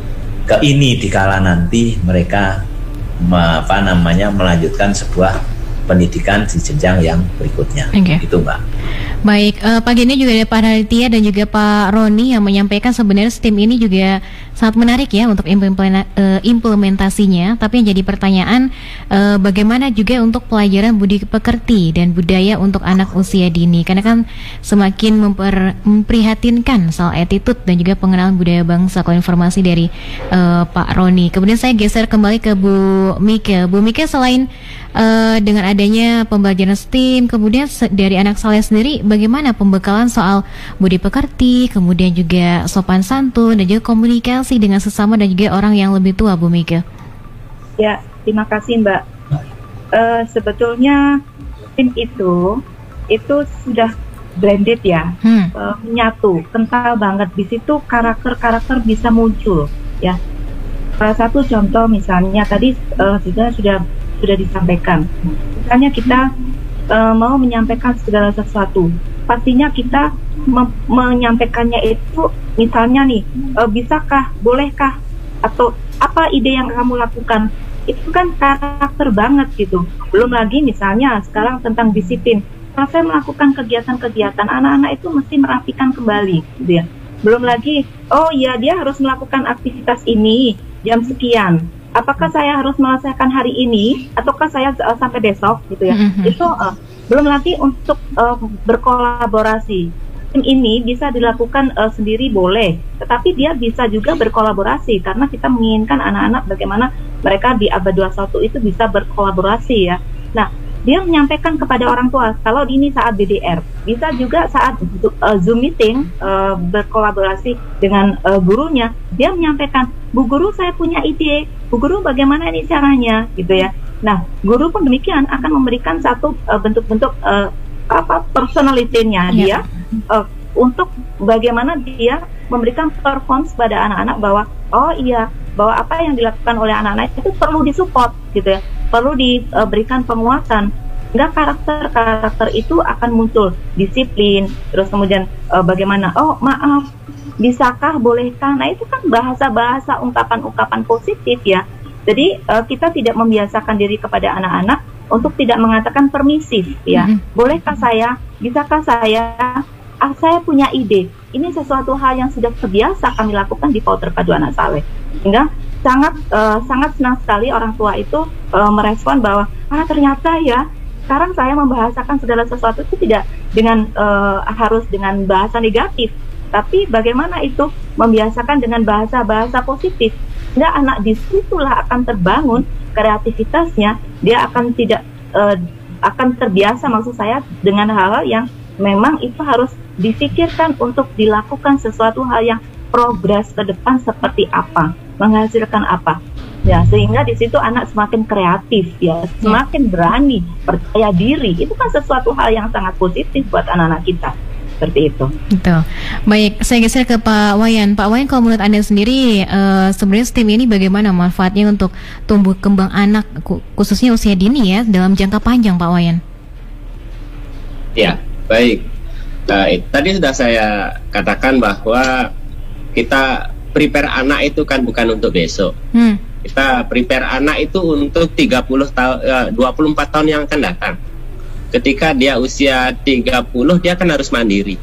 ke ini dikala nanti mereka me, apa namanya melanjutkan sebuah pendidikan di jenjang yang berikutnya. Okay. Itu Mbak. Baik, uh, pagi ini juga ada Pak Raditya dan juga Pak Roni yang menyampaikan sebenarnya STEAM ini juga sangat menarik ya untuk implementasinya. Tapi yang jadi pertanyaan, uh, bagaimana juga untuk pelajaran budi pekerti dan budaya untuk anak usia dini? Karena kan semakin memper, memprihatinkan soal attitude dan juga pengenalan budaya bangsa. Kalau informasi dari uh, Pak Roni. Kemudian saya geser kembali ke Bu Mika. Bu Mika, selain uh, dengan adanya pembelajaran STEAM, kemudian dari anak saya sendiri, bagaimana pembekalan soal budi pekerti, kemudian juga sopan santun dan juga komunikasi dengan sesama dan juga orang yang lebih tua, Bu Mika? Ya, terima kasih Mbak. Uh, sebetulnya tim itu itu sudah blended ya, hmm. uh, menyatu, kental banget. Di situ karakter-karakter bisa muncul ya. Salah satu contoh misalnya tadi uh, sudah sudah sudah disampaikan. Misalnya kita uh, mau menyampaikan segala sesuatu, pastinya kita me- menyampaikannya itu misalnya nih, uh, bisakah, bolehkah, atau apa ide yang kamu lakukan, itu kan karakter banget gitu. Belum lagi misalnya sekarang tentang disiplin, kalau saya melakukan kegiatan-kegiatan, anak-anak itu mesti merapikan kembali gitu ya. Belum lagi, oh iya dia harus melakukan aktivitas ini jam sekian, apakah saya harus menyelesaikan hari ini ataukah saya uh, sampai besok gitu ya. Mm-hmm. Itu uh, belum lagi untuk uh, berkolaborasi. Tim ini bisa dilakukan uh, sendiri boleh, tetapi dia bisa juga berkolaborasi karena kita menginginkan anak-anak bagaimana mereka di abad dua puluh satu itu bisa berkolaborasi ya. Nah, dia menyampaikan kepada orang tua kalau ini saat B D R, bisa juga saat uh, Zoom meeting uh, berkolaborasi dengan uh, gurunya, dia menyampaikan, Bu Guru saya punya ide, Bu Guru bagaimana ini caranya gitu ya. Nah, guru pun demikian akan memberikan satu uh, bentuk-bentuk uh, apa personality-nya dia uh, untuk bagaimana dia memberikan performance pada anak-anak bahwa oh iya, bahwa apa yang dilakukan oleh anak-anak itu perlu disupport gitu ya, perlu diberikan penguatan, sehingga karakter-karakter itu akan muncul, disiplin, terus kemudian uh, bagaimana, oh maaf, bisakah, bolehkah, nah itu kan bahasa-bahasa ungkapan-ungkapan positif ya. Jadi uh, kita tidak membiasakan diri kepada anak-anak untuk tidak mengatakan permisif ya, mm-hmm. bolehkah saya, bisakah saya, ah saya punya ide, ini sesuatu hal yang sudah terbiasa kami lakukan di Paut Terpadu Anak Saleh, sehingga sangat uh, sangat senang sekali orang tua itu uh, merespon bahwa ah ternyata ya sekarang saya membahasakan segala sesuatu itu tidak dengan uh, harus dengan bahasa negatif, tapi bagaimana itu membiasakan dengan bahasa-bahasa positif, sehingga anak disitulah akan terbangun kreativitasnya, dia akan tidak uh, akan terbiasa maksud saya dengan hal-hal yang memang itu harus difikirkan untuk dilakukan sesuatu hal yang progres ke depan seperti apa, menghasilkan apa ya, sehingga di situ anak semakin kreatif ya, semakin berani, percaya diri. Itu kan sesuatu hal yang sangat positif buat anak-anak kita, seperti itu. Betul. Baik, saya geser ke Pak Wayan. Pak Wayan, kalau menurut Anda sendiri uh, sebenarnya STEAM ini bagaimana manfaatnya untuk tumbuh kembang anak khususnya usia dini ya dalam jangka panjang, Pak Wayan? Ya, baik. Nah, tadi sudah saya katakan bahwa kita prepare anak itu kan bukan untuk besok. Hmm. Kita prepare anak itu untuk tiga puluh tahun, dua puluh empat tahun yang akan datang. Ketika dia usia tiga puluh, dia kan harus mandiri.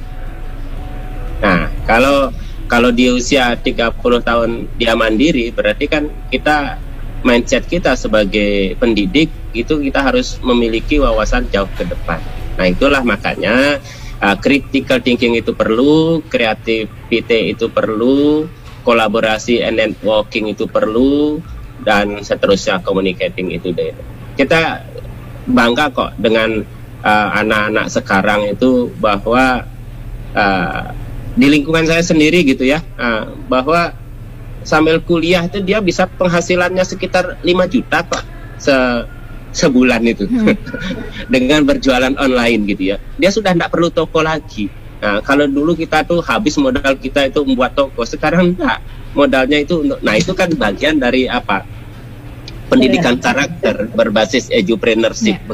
Nah, kalau kalau di usia tiga puluh tahun dia mandiri, berarti kan kita mindset kita sebagai pendidik itu kita harus memiliki wawasan jauh ke depan. Nah, itulah makanya uh, critical thinking itu perlu, creativity itu perlu, kolaborasi and networking itu perlu, dan seterusnya communicating itu deh. Kita bangga kok dengan uh, anak-anak sekarang itu bahwa uh, di lingkungan saya sendiri gitu ya, uh, bahwa sambil kuliah itu dia bisa penghasilannya sekitar lima juta kok se sebulan itu hmm. dengan berjualan online gitu ya. Dia sudah tidak perlu toko lagi. Nah, kalau dulu kita tuh habis modal kita itu membuat toko, sekarang enggak. Modalnya itu untuk, nah itu kan bagian dari apa? Pendidikan karakter berbasis edupreneurship. Yeah.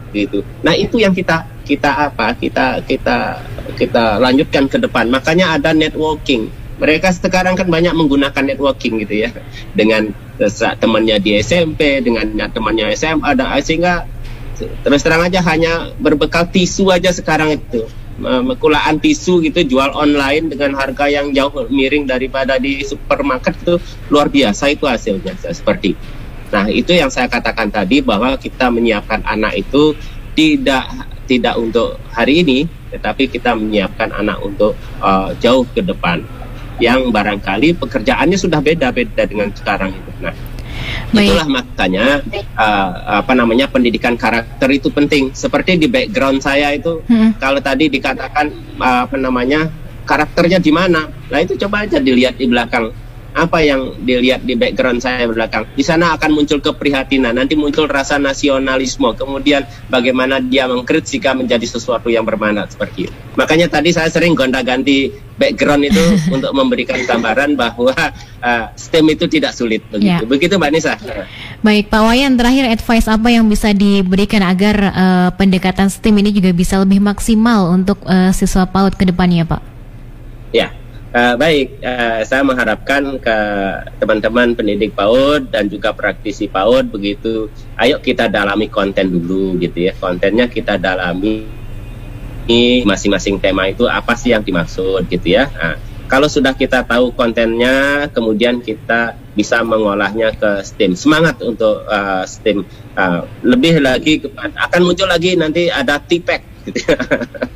gitu. Nah itu yang kita kita apa kita kita kita lanjutkan ke depan. Makanya ada networking. Mereka sekarang kan banyak menggunakan networking gitu ya, dengan temannya di S M P, dengan temannya S M A, dan sehingga terus terang aja hanya berbekal tisu aja sekarang itu, kulaan tisu gitu jual online dengan harga yang jauh miring daripada di supermarket, itu luar biasa itu hasilnya seperti itu. Nah itu yang saya katakan tadi, bahwa kita menyiapkan anak itu tidak tidak untuk hari ini, tetapi kita menyiapkan anak untuk uh, jauh ke depan, yang barangkali pekerjaannya sudah beda-beda dengan sekarang itu. Nah Baik. Itulah makanya uh, apa namanya pendidikan karakter itu penting. Seperti di background saya itu, hmm. kalau tadi dikatakan uh, apa namanya karakternya di mana, nah itu coba aja dilihat di belakang. Apa yang dilihat di background saya belakang, di sana akan muncul keprihatinan, nanti muncul rasa nasionalisme, kemudian bagaimana dia mengkritik jika menjadi sesuatu yang bermakna seperti itu. Makanya tadi saya sering gonta-ganti background itu untuk memberikan gambaran bahwa uh, STEM itu tidak sulit begitu. Ya. Begitu Mbak Nisa. Baik Pak Wayan, terakhir advice apa yang bisa diberikan agar uh, pendekatan STEM ini juga bisa lebih maksimal untuk uh, siswa PAUD ke depannya Pak? Ya. Uh, baik, uh, saya mengharapkan ke teman-teman pendidik PAUD dan juga praktisi PAUD begitu, ayo kita dalami konten dulu gitu ya, kontennya kita dalami masing-masing tema itu apa sih yang dimaksud gitu ya. Nah, kalau sudah kita tahu kontennya, kemudian kita bisa mengolahnya ke STEM, semangat untuk uh, STEM. Uh, lebih lagi akan muncul lagi nanti ada T P E C gitu ya.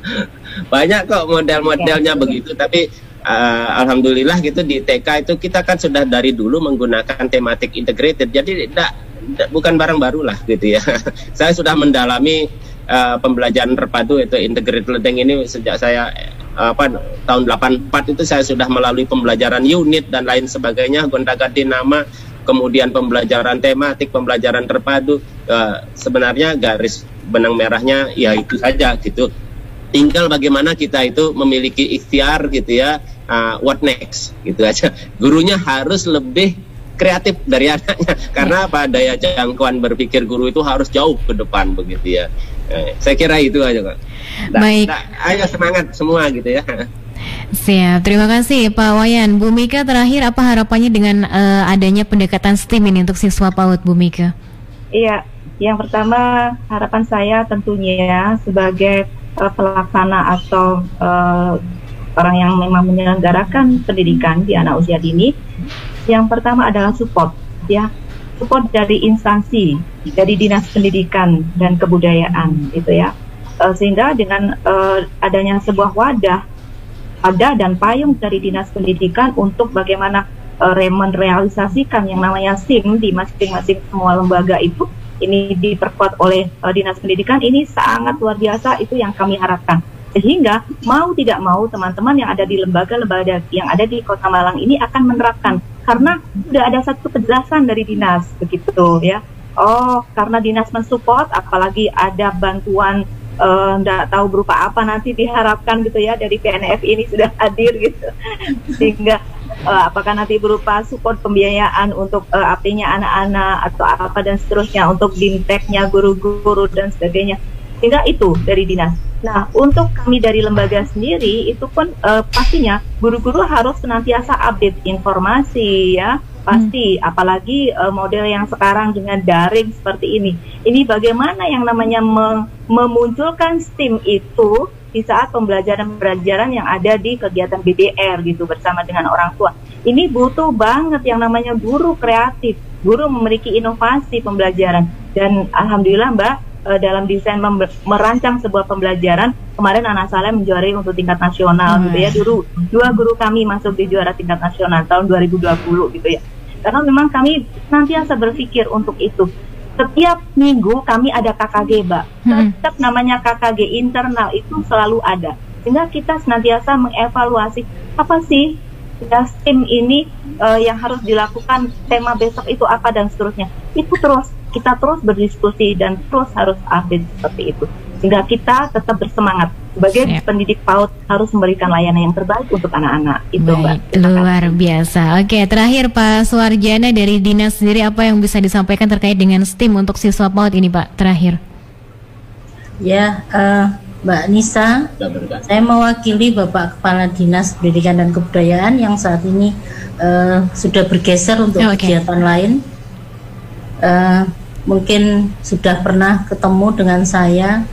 Banyak kok model-modelnya begitu, tapi Uh, alhamdulillah gitu di T K itu kita kan sudah dari dulu menggunakan tematik integrated, jadi tidak bukan barang baru lah gitu ya. Saya sudah mendalami uh, pembelajaran terpadu itu integrated learning ini sejak saya uh, apa tahun delapan puluh empat itu saya sudah melalui pembelajaran unit dan lain sebagainya, gonta-ganti nama, kemudian pembelajaran tematik, pembelajaran terpadu. Uh, sebenarnya garis benang merahnya ya itu saja gitu. Tinggal bagaimana kita itu memiliki ikhtiar gitu ya, uh, what next gitu aja. Gurunya harus lebih kreatif dari anaknya, karena apa, daya jangkauan berpikir guru itu harus jauh ke depan begitu ya. Eh, saya kira itu aja Kak. Nah, Baik. Nah, ayo semangat semua gitu ya. Siap, terima kasih Pak Wayan. Bu Mika, terakhir apa harapannya dengan uh, adanya pendekatan STEM ini untuk siswa PAUD, Bu Mika? Iya, yang pertama harapan saya tentunya sebagai uh, pelaksana atau uh, orang yang memang menyelenggarakan pendidikan di anak usia dini, yang pertama adalah support, ya, support dari instansi, dari dinas pendidikan dan kebudayaan, gitu ya, uh, sehingga dengan uh, adanya sebuah wadah, wadah dan payung dari dinas pendidikan untuk bagaimana uh, merealisasikan yang namanya STEM di masing-masing semua lembaga itu, ini diperkuat oleh uh, dinas pendidikan, ini sangat luar biasa, itu yang kami harapkan. Sehingga mau tidak mau teman-teman yang ada di lembaga-lembaga yang ada di Kota Malang ini akan menerapkan, karena sudah ada satu penjelasan dari dinas begitu ya. Oh, karena dinas mensupport, apalagi ada bantuan tidak uh, tahu berupa apa nanti diharapkan gitu ya dari P N F ini sudah hadir gitu. Sehingga uh, apakah nanti berupa support pembiayaan untuk uh, artinya anak-anak atau apa dan seterusnya, untuk bimteknya, guru-guru dan sebagainya. Sehingga itu dari dinas. Nah, untuk kami dari lembaga sendiri itu pun uh, pastinya guru-guru harus senantiasa update informasi ya, pasti. Hmm. Apalagi uh, model yang sekarang dengan daring seperti ini. Ini bagaimana yang namanya mem memunculkan STEM itu di saat pembelajaran-pembelajaran yang ada di kegiatan B B R gitu bersama dengan orang tua. Ini butuh banget yang namanya guru kreatif, guru memiliki inovasi pembelajaran. Dan alhamdulillah Mbak, dalam desain merancang sebuah pembelajaran, kemarin anak saya menjuarai untuk tingkat nasional hmm. gitu ya. Dulu dua guru kami masuk di juara tingkat nasional tahun dua ribu dua puluh gitu ya. Karena memang kami senantiasa berpikir untuk itu. Setiap minggu kami ada K K G, Mbak. Hmm. Tetap namanya K K G internal itu selalu ada. Sehingga kita senantiasa mengevaluasi apa sih ya STEM ini uh, yang harus dilakukan, tema besok itu apa dan seterusnya. Itu terus kita terus berdiskusi dan terus harus update seperti itu, sehingga kita tetap bersemangat sebagai Siap. pendidik PAUD harus memberikan layanan yang terbaik untuk anak-anak itu. Baik, Mbak. Luar biasa. Oke, terakhir Pak Suwarjana dari dinas sendiri, apa yang bisa disampaikan terkait dengan STEM untuk siswa PAUD ini Pak, terakhir? Ya, uh, Mbak Nisa, saya mewakili Bapak Kepala Dinas Pendidikan dan Kebudayaan yang saat ini uh, sudah bergeser untuk oh, okay. kegiatan lain. Uh, mungkin sudah pernah ketemu dengan saya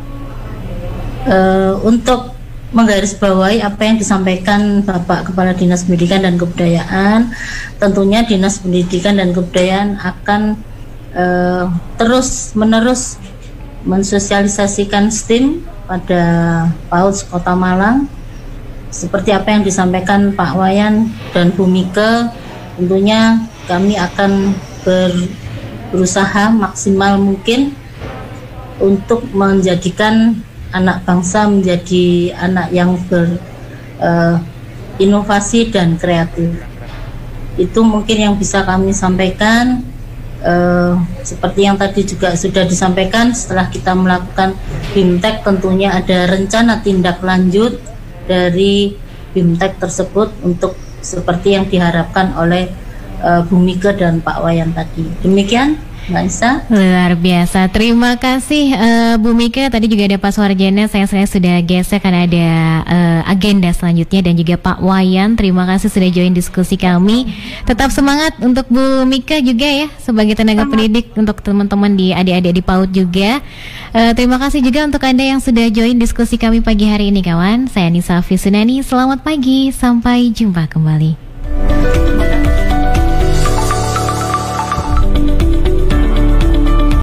uh, untuk menggarisbawahi apa yang disampaikan Bapak Kepala Dinas Pendidikan dan Kebudayaan. Tentunya Dinas Pendidikan dan Kebudayaan akan uh, terus menerus mensosialisasikan STEAM pada PAUD Kota Malang seperti apa yang disampaikan Pak Wayan dan Bu Mika. Tentunya kami akan ber, berusaha maksimal mungkin untuk menjadikan anak bangsa menjadi anak yang berinovasi uh, dan kreatif. Itu mungkin yang bisa kami sampaikan. Uh, seperti yang tadi juga sudah disampaikan, setelah kita melakukan BIMTEK tentunya ada rencana tindak lanjut dari BIMTEK tersebut untuk seperti yang diharapkan oleh uh, Bu Mika dan Pak Wayan tadi. Demikian Mbak Nisa. Luar biasa, terima kasih uh, Bu Mika. Tadi juga ada Pak Suharjana, saya saya sudah geser karena ada uh, agenda selanjutnya, dan juga Pak Wayan. Terima kasih sudah join diskusi kami. Tetap semangat untuk Bu Mika juga ya sebagai tenaga Sama. pendidik, untuk teman-teman di adik-adik di PAUD juga. Uh, terima kasih juga untuk Anda yang sudah join diskusi kami pagi hari ini kawan. Saya Nisa Fisunani, selamat pagi, sampai jumpa kembali.